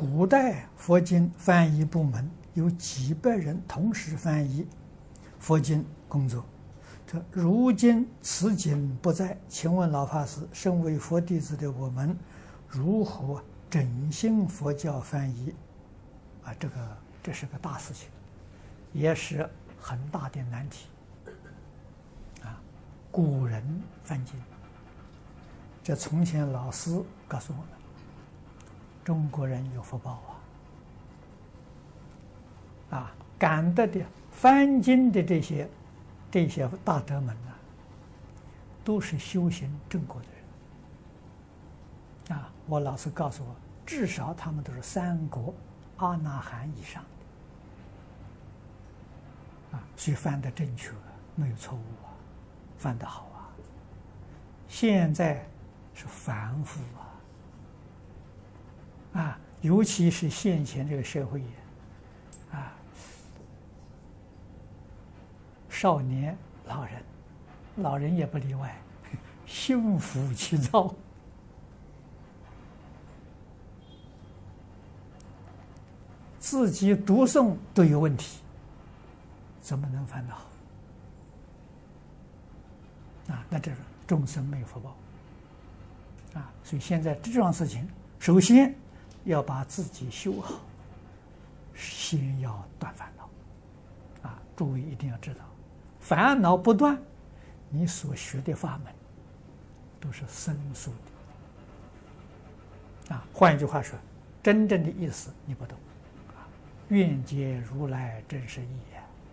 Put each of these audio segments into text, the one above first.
古代佛经翻译部门有几百人同时翻译佛经工作。这如今此经不在，请问老法师，身为佛弟子的我们，如何振兴佛教翻译？这是个大事情，也是很大的难题。古人翻经，这从前老师告诉我们，中国人有福报感得的翻经的这些大德们呢，都是修行正果的人我老师告诉我，至少他们都是三果阿那含以上的所以翻得正确，没有错误翻得好现在是反复尤其是现前这个社会少年老人也不例外，心浮气躁，自己读诵都有问题，怎么能翻得好那这是众生没有福报所以现在这桩事情，首先要把自己修好，先要断烦恼诸位一定要知道，烦恼不断，你所学的法门都是生疏的换一句话说，真正的意思你不懂愿解如来真实义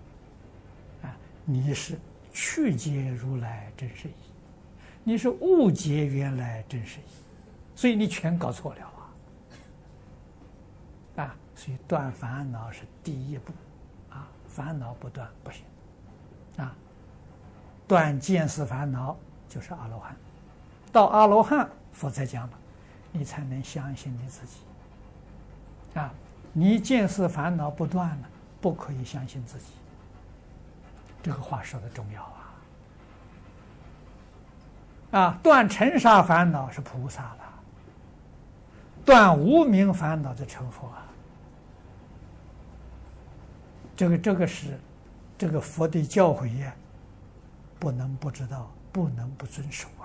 你是曲解如来真实义，你是误解原来真实义，所以你全搞错了所以断烦恼是第一步烦恼不断不行断见思烦恼就是阿罗汉，到阿罗汉佛才讲了，你才能相信你自己你见思烦恼不断了，不可以相信自己，这个话说的重要断尘沙烦恼是菩萨了，断无明烦恼的成佛这个是这个佛的教诲不能不知道，不能不遵守